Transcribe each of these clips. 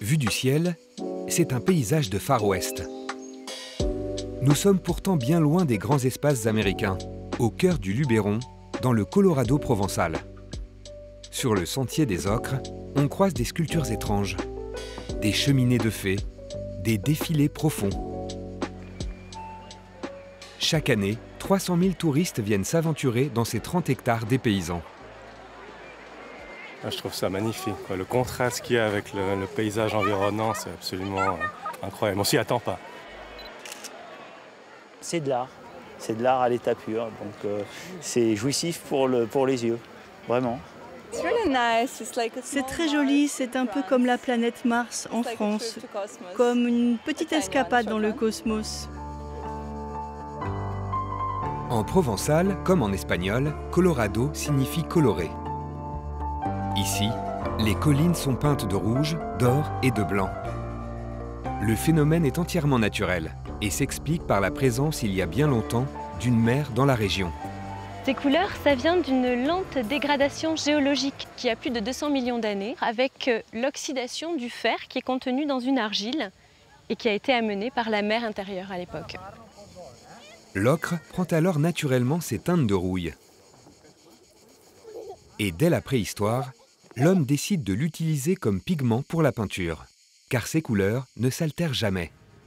Vu du ciel, c'est un paysage de Far West. Nous sommes pourtant bien loin des grands espaces américains, au cœur du Luberon, dans le Colorado provençal. Sur le sentier des Ocres, on croise des sculptures étranges, des cheminées de fées, des défilés profonds. Chaque année, 300 000 touristes viennent s'aventurer dans ces 30 hectares dépaysants. Je trouve ça magnifique, quoi. Le contraste qu'il y a avec le paysage environnant, c'est absolument incroyable. On s'y attend pas. C'est de l'art à l'état pur, donc c'est jouissif pour les yeux, vraiment. C'est très joli, c'est un peu comme la planète Mars en France, comme une petite escapade dans le cosmos. En provençal, comme en espagnol, Colorado signifie coloré. Ici, les collines sont peintes de rouge, d'or et de blanc. Le phénomène est entièrement naturel et s'explique par la présence, il y a bien longtemps, d'une mer dans la région. Ces couleurs, ça vient d'une lente dégradation géologique qui a plus de 200 millions d'années, avec l'oxydation du fer qui est contenu dans une argile et qui a été amenée par la mer intérieure à l'époque. L'ocre prend alors naturellement ses teintes de rouille. Et dès la préhistoire, l'homme décide de l'utiliser comme pigment pour la peinture, car ses couleurs ne s'altèrent jamais.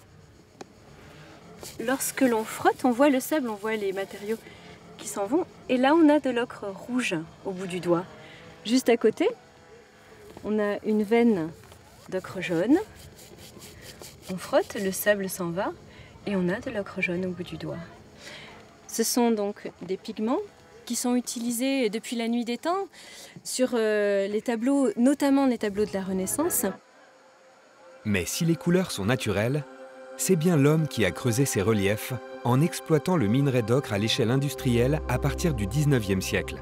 Lorsque l'on frotte, on voit le sable, on voit les matériaux qui s'en vont. Et là, on a de l'ocre rouge au bout du doigt. Juste à côté, on a une veine d'ocre jaune. On frotte, le sable s'en va et on a de l'ocre jaune au bout du doigt. Ce sont donc des pigments qui sont utilisés depuis la nuit des temps sur les tableaux, notamment les tableaux de la Renaissance. Mais si les couleurs sont naturelles, c'est bien l'homme qui a creusé ces reliefs en exploitant le minerai d'ocre à l'échelle industrielle à partir du 19e siècle.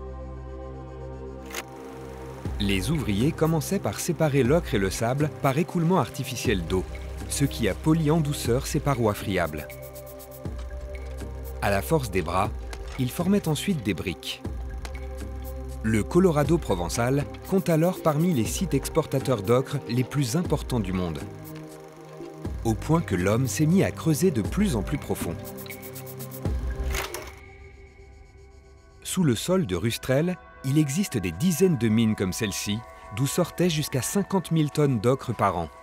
Les ouvriers commençaient par séparer l'ocre et le sable par écoulement artificiel d'eau, ce qui a poli en douceur ces parois friables. À la force des bras, ils formaient ensuite des briques. Le Colorado provençal compte alors parmi les sites exportateurs d'ocre les plus importants du monde, au point que l'homme s'est mis à creuser de plus en plus profond. Sous le sol de Rustrel, il existe des dizaines de mines comme celle-ci, d'où sortaient jusqu'à 50 000 tonnes d'ocre par an.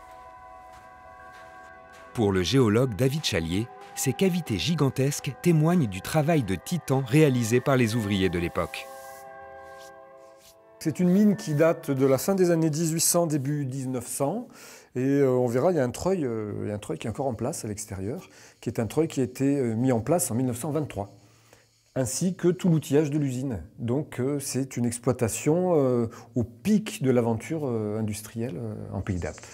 Pour le géologue David Chalier, ces cavités gigantesques témoignent du travail de titan réalisé par les ouvriers de l'époque. C'est une mine qui date de la fin des années 1800, début 1900. Et on verra, il y a un treuil qui est encore en place à l'extérieur, qui est un treuil qui a été mis en place en 1923, ainsi que tout l'outillage de l'usine. Donc c'est une exploitation au pic de l'aventure industrielle en Pays d'Apt.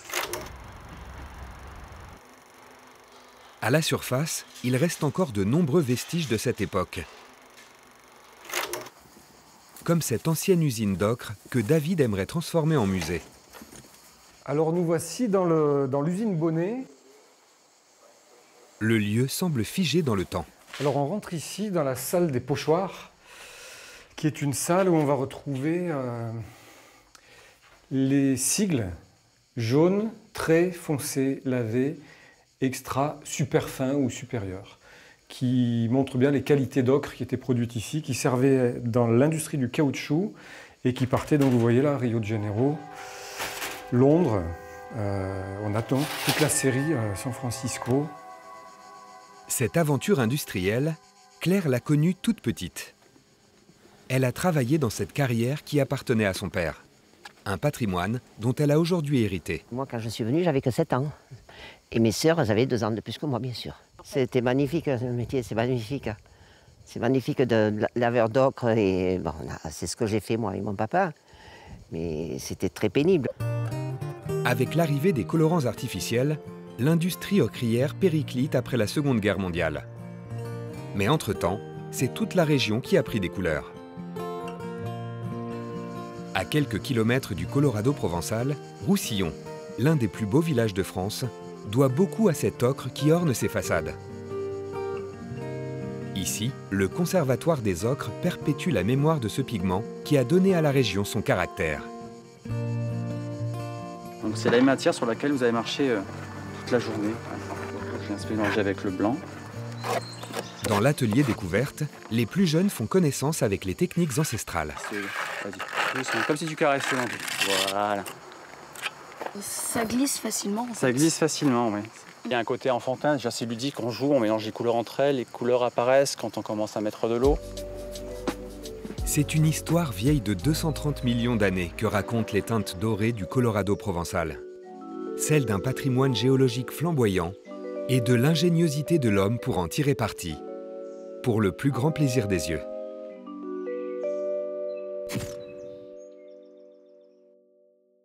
À la surface, il reste encore de nombreux vestiges de cette époque. Comme cette ancienne usine d'ocre que David aimerait transformer en musée. Alors nous voici dans l'usine Bonnet. Le lieu semble figé dans le temps. Alors on rentre ici dans la salle des pochoirs, qui est une salle où on va retrouver les sigles jaunes, très foncés, lavés, extra super fins ou supérieurs, qui montrent bien les qualités d'ocre qui étaient produites ici, qui servaient dans l'industrie du caoutchouc et qui partaient, donc vous voyez là, Rio de Janeiro, Londres, on attend toute la série San Francisco. Cette aventure industrielle, Claire l'a connue toute petite. Elle a travaillé dans cette carrière qui appartenait à son père. Un patrimoine dont elle a aujourd'hui hérité. Moi, quand je suis venue, j'avais que 7 ans. Et mes sœurs, elles avaient 2 ans de plus que moi, bien sûr. C'était magnifique, ce métier, c'est magnifique. C'est magnifique de laveur d'ocre. Et bon, c'est ce que j'ai fait, moi, avec mon papa. Mais c'était très pénible. Avec l'arrivée des colorants artificiels, l'industrie ocrière périclite après la Seconde Guerre mondiale. Mais entre-temps, c'est toute la région qui a pris des couleurs. À quelques kilomètres du Colorado provençal, Roussillon, l'un des plus beaux villages de France, doit beaucoup à cet ocre qui orne ses façades. Ici, le Conservatoire des ocres perpétue la mémoire de ce pigment qui a donné à la région son caractère. Donc c'est la matière sur laquelle vous avez marché toute la journée. Je viens se mélanger avec le blanc. Dans l'atelier découverte, les plus jeunes font connaissance avec les techniques ancestrales. C'est comme si tu caressais un peu. Voilà. Ça glisse facilement. Ça glisse facilement, oui. Il y a un côté enfantin, déjà c'est ludique, on joue, on mélange les couleurs entre elles, les couleurs apparaissent quand on commence à mettre de l'eau. C'est une histoire vieille de 230 millions d'années que racontent les teintes dorées du Colorado provençal. Celle d'un patrimoine géologique flamboyant et de l'ingéniosité de l'homme pour en tirer parti. Pour le plus grand plaisir des yeux.